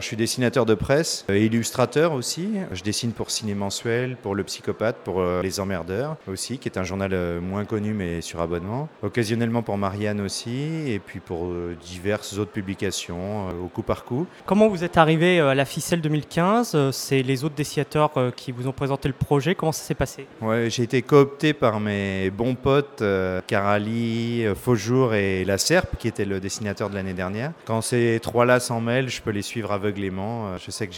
Je suis dessinateur de presse et illustrateur aussi. Je dessine pour Ciné Mensuel, pour Le Psychopathe, pour Les Emmerdeurs aussi, qui est un journal moins connu mais sur abonnement. Occasionnellement pour Marianne aussi, et puis pour diverses autres publications au coup par coup. Comment vous êtes arrivé à la Ficelle 2015 ? C'est les autres dessinateurs qui vous ont présenté le projet. Comment ça s'est passé ? Ouais, j'ai été coopté par mes bons potes Carali, Faujour et La Serpe, qui était le dessinateur de l'année dernière. Quand ces trois-là s'en mêlent, je peux les suivre aveuglément. Je sais que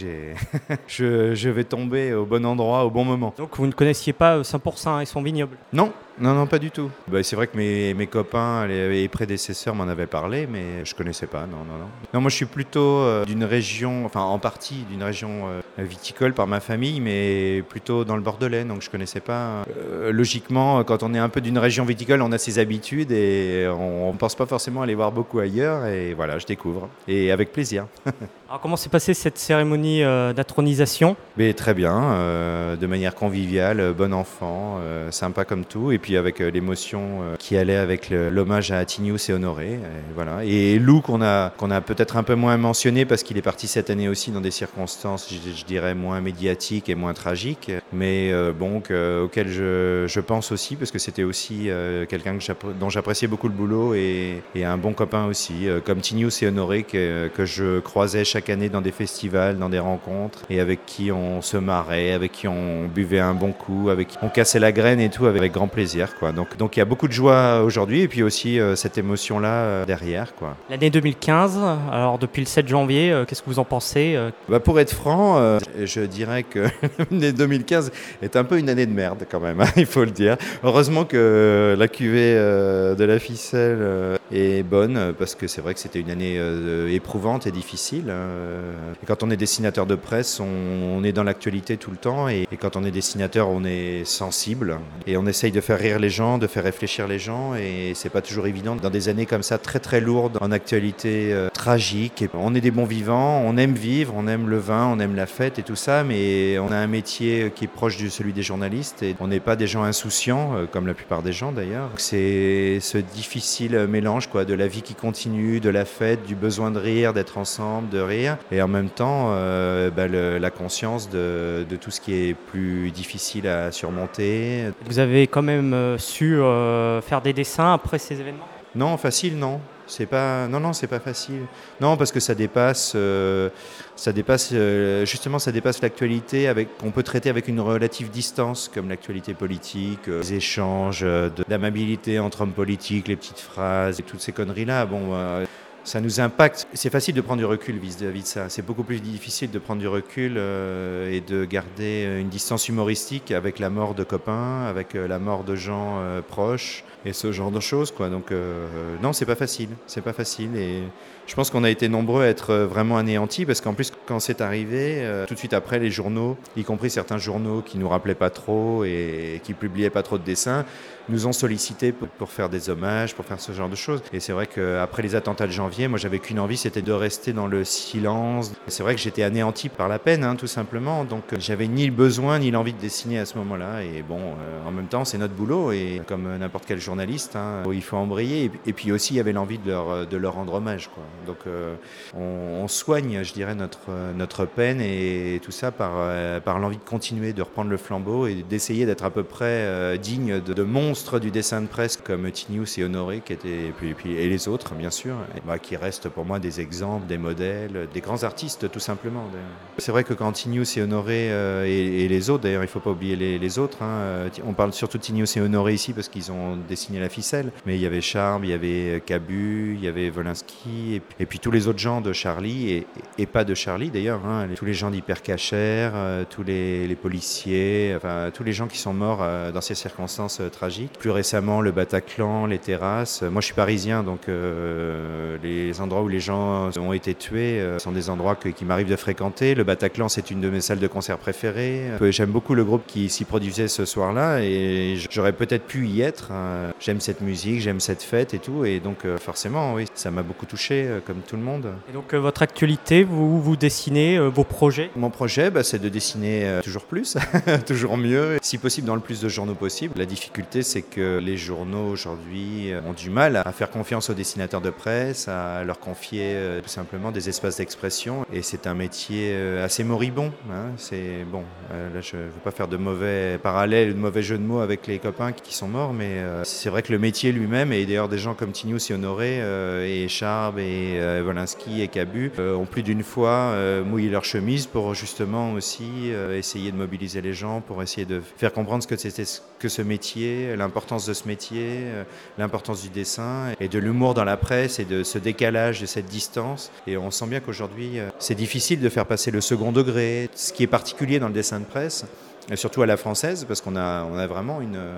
je vais tomber au bon endroit au bon moment. Donc vous ne connaissiez pas 100% et son vignoble ? Non, pas du tout. C'est vrai que mes copains et prédécesseurs m'en avaient parlé, mais je connaissais pas, non. Non, moi je suis plutôt d'une région, enfin en partie d'une région viticole par ma famille, mais plutôt dans le Bordelais, donc je connaissais pas. Logiquement, quand on est un peu d'une région viticole, on a ses habitudes et on ne pense pas forcément aller voir beaucoup ailleurs, et voilà, je découvre, et avec plaisir. Alors comment s'est passée cette cérémonie d'intronisation ? Mais très bien, de manière conviviale, bon enfant, sympa comme tout, et puis avec l'émotion qui allait avec l'hommage à Tinius et Honoré, et voilà. Et Lou qu'on a peut-être un peu moins mentionné parce qu'il est parti cette année aussi dans des circonstances, je dirais, moins médiatiques et moins tragiques, mais auquel je pense aussi parce que c'était aussi quelqu'un dont j'appréciais beaucoup le boulot et un bon copain aussi, comme Tinius et Honoré que je croisais chaque année dans des festivals, dans des rencontres, et avec qui on se marrait, avec qui on buvait un bon coup, avec qui on cassait la graine et tout avec grand plaisir, quoi. Donc il y a beaucoup de joie aujourd'hui et puis aussi cette émotion-là derrière, quoi. L'année 2015, alors depuis le 7 janvier, qu'est-ce que vous en pensez ? Pour être franc, je dirais que l'année 2015 est un peu une année de merde quand même, hein, il faut le dire. Heureusement que la cuvée de la Ficelle est bonne, parce que c'est vrai que c'était une année éprouvante et difficile. Et quand on est dessinateur de presse, on est dans l'actualité tout le temps, et quand on est dessinateur, on est sensible et on essaye de faire rire les gens, de faire réfléchir les gens, et c'est pas toujours évident dans des années comme ça très très lourdes en actualité tragique. Et on est des bons vivants, on aime vivre, on aime le vin, on aime la fête et tout ça, mais on a un métier qui est proche de celui des journalistes et on n'est pas des gens insouciants comme la plupart des gens d'ailleurs. C'est ce difficile mélange, quoi, de la vie qui continue, de la fête, du besoin de rire, d'être ensemble, de rire, et en même temps la conscience de tout ce qui est plus difficile à surmonter. Vous avez quand même su faire des dessins après ces événements ? Non, facile, non. C'est pas facile. Non, parce que ça dépasse l'actualité, qu'on peut traiter avec une relative distance, comme l'actualité politique, les échanges d'amabilité entre hommes politiques, les petites phrases et toutes ces conneries-là. Ça nous impacte. C'est facile de prendre du recul vis-à-vis de ça. C'est beaucoup plus difficile de prendre du recul et de garder une distance humoristique avec la mort de copains, avec la mort de gens proches et ce genre de choses, quoi. Donc non, c'est pas facile. Et je pense qu'on a été nombreux à être vraiment anéantis, parce qu'en plus, quand c'est arrivé, tout de suite après, les journaux, y compris certains journaux qui nous rappelaient pas trop et qui publiaient pas trop de dessins, nous ont sollicités pour faire des hommages, pour faire ce genre de choses. Et c'est vrai qu'après les attentats de janvier, moi j'avais qu'une envie, c'était de rester dans le silence. Et c'est vrai que j'étais anéanti par la peine, tout simplement. Donc j'avais ni le besoin ni l'envie de dessiner à ce moment-là. Et en même temps, c'est notre boulot, et comme n'importe quel journaliste, il faut embrayer. Et puis aussi, il y avait l'envie de leur rendre hommage, quoi. Donc on soigne, je dirais, notre peine et tout ça par l'envie de continuer, de reprendre le flambeau et d'essayer d'être à peu près digne de monstres du dessin de presse comme Tinius et Honoré, et les autres, bien sûr, qui restent pour moi des exemples, des modèles, des grands artistes, tout simplement. C'est vrai que quand Tinius et Honoré et les autres, d'ailleurs, il ne faut pas oublier les autres, on parle surtout de Tinius et Honoré ici parce qu'ils ont dessiné la Ficelle, mais il y avait Charme, il y avait Cabu, il y avait Volinsky, et puis tous les autres gens de Charlie, et pas de Charlie d'ailleurs, tous les gens d'Hypercacher, tous les policiers, enfin tous les gens qui sont morts dans ces circonstances tragiques. Plus récemment, le Bataclan, les terrasses. Moi, je suis parisien, donc les endroits où les gens ont été tués sont des endroits qui m'arrivent de fréquenter. Le Bataclan, c'est une de mes salles de concert préférées. J'aime beaucoup le groupe qui s'y produisait ce soir-là, et j'aurais peut-être pu y être. J'aime cette musique, j'aime cette fête et tout, et donc forcément, oui, ça m'a beaucoup touché comme tout le monde. Et donc votre actualité, vous dessinez vos projets? Mon projet, c'est de dessiner toujours plus, toujours mieux, si possible dans le plus de journaux possible. La difficulté, c'est que les journaux aujourd'hui ont du mal à faire confiance aux dessinateurs de presse, à leur confier tout simplement des espaces d'expression. Et c'est un métier assez moribond. C'est bon. Là, je ne veux pas faire de mauvais parallèles, de mauvais jeux de mots avec les copains qui sont morts, mais c'est vrai que le métier lui-même, et d'ailleurs des gens comme Tinius et Honoré, et Charb, et Wolinski et Cabu, ont plus d'une fois mouillé leur chemise pour justement aussi essayer de mobiliser les gens, pour essayer de faire comprendre ce que c'était que ce métier, l'importance de ce métier, l'importance du dessin, et de l'humour dans la presse, et de ce décalage, de cette distance. Et on sent bien qu'aujourd'hui, c'est difficile de faire passer le second degré, ce qui est particulier dans le dessin de presse, et surtout à la française, parce qu'on a vraiment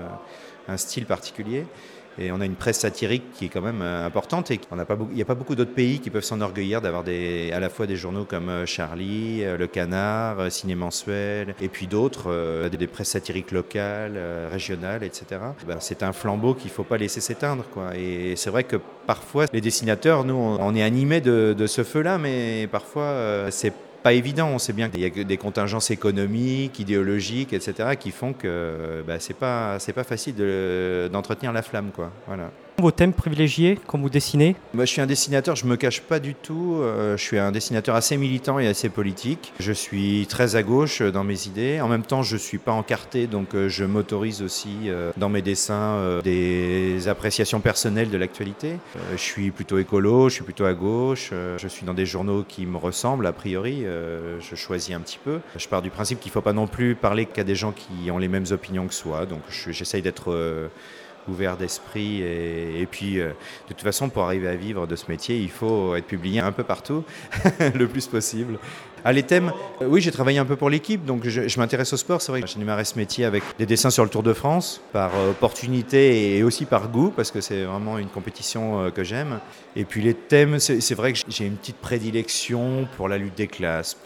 un style particulier. Et on a une presse satirique qui est quand même importante, et il n'y a pas beaucoup d'autres pays qui peuvent s'enorgueillir d'avoir à la fois des journaux comme Charlie, Le Canard, Ciné Mensuel, et puis d'autres, des presses satiriques locales, régionales, etc. C'est un flambeau qu'il ne faut pas laisser s'éteindre, quoi. Et c'est vrai que parfois, les dessinateurs, nous, on est animés de ce feu-là, mais parfois, c'est pas évident. On sait bien qu'il y a des contingences économiques, idéologiques, etc., qui font que c'est pas facile d'entretenir la flamme, quoi. Voilà. Vos thèmes privilégiés quand vous dessinez? Moi, je suis un dessinateur, je me cache pas du tout. Je suis un dessinateur assez militant et assez politique. Je suis très à gauche dans mes idées. En même temps, je suis pas encarté, donc je m'autorise aussi dans mes dessins des appréciations personnelles de l'actualité. Je suis plutôt écolo, je suis plutôt à gauche. Je suis dans des journaux qui me ressemblent a priori. Je choisis un petit peu. Je pars du principe qu'il faut pas non plus parler qu'à des gens qui ont les mêmes opinions que soi. Donc j'essaye d'être ouvert d'esprit, et puis de toute façon, pour arriver à vivre de ce métier, il faut être publié un peu partout le plus possible. Les thèmes, oui, j'ai travaillé un peu pour l'équipe, donc je m'intéresse au sport. C'est vrai que j'ai démarré ce métier avec des dessins sur le Tour de France, par opportunité et aussi par goût, parce que c'est vraiment une compétition que j'aime. Et puis les thèmes, c'est vrai que j'ai une petite prédilection pour la lutte des classes.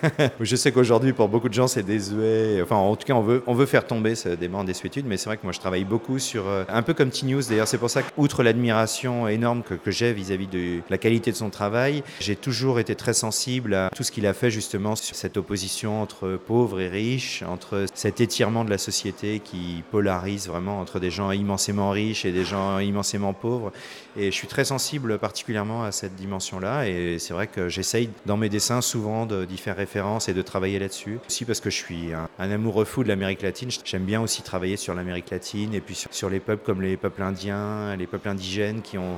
Je sais qu'aujourd'hui, pour beaucoup de gens, c'est désuet. Enfin, en tout cas, on veut faire tomber ce débat en désuétude, mais c'est vrai que moi, je travaille beaucoup sur, un peu comme Tinius, d'ailleurs, c'est pour ça qu'outre l'admiration énorme que j'ai vis-à-vis de la qualité de son travail, j'ai toujours été très sensible à tout ce qu'il a fait justement sur cette opposition entre pauvres et riches, entre cet étirement de la société qui polarise vraiment entre des gens immensément riches et des gens immensément pauvres. Et je suis très sensible particulièrement à cette dimension-là, et c'est vrai que j'essaye dans mes dessins souvent d'y faire référence et de travailler là-dessus. Aussi parce que je suis un amoureux fou de l'Amérique latine. J'aime bien aussi travailler sur l'Amérique latine, et puis sur les peuples comme les peuples indiens, les peuples indigènes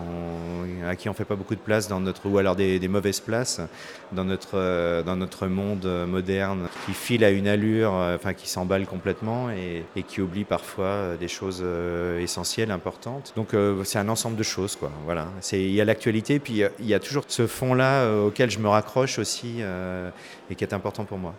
à qui on fait pas beaucoup de place ou alors des mauvaises places dans notre monde moderne, qui file à une allure, qui s'emballe complètement, et qui oublie parfois des choses essentielles, importantes. Donc c'est un ensemble de choses, quoi. Voilà. Il y a l'actualité, puis il y a toujours ce fond-là auquel je me raccroche aussi, et qui est important pour moi.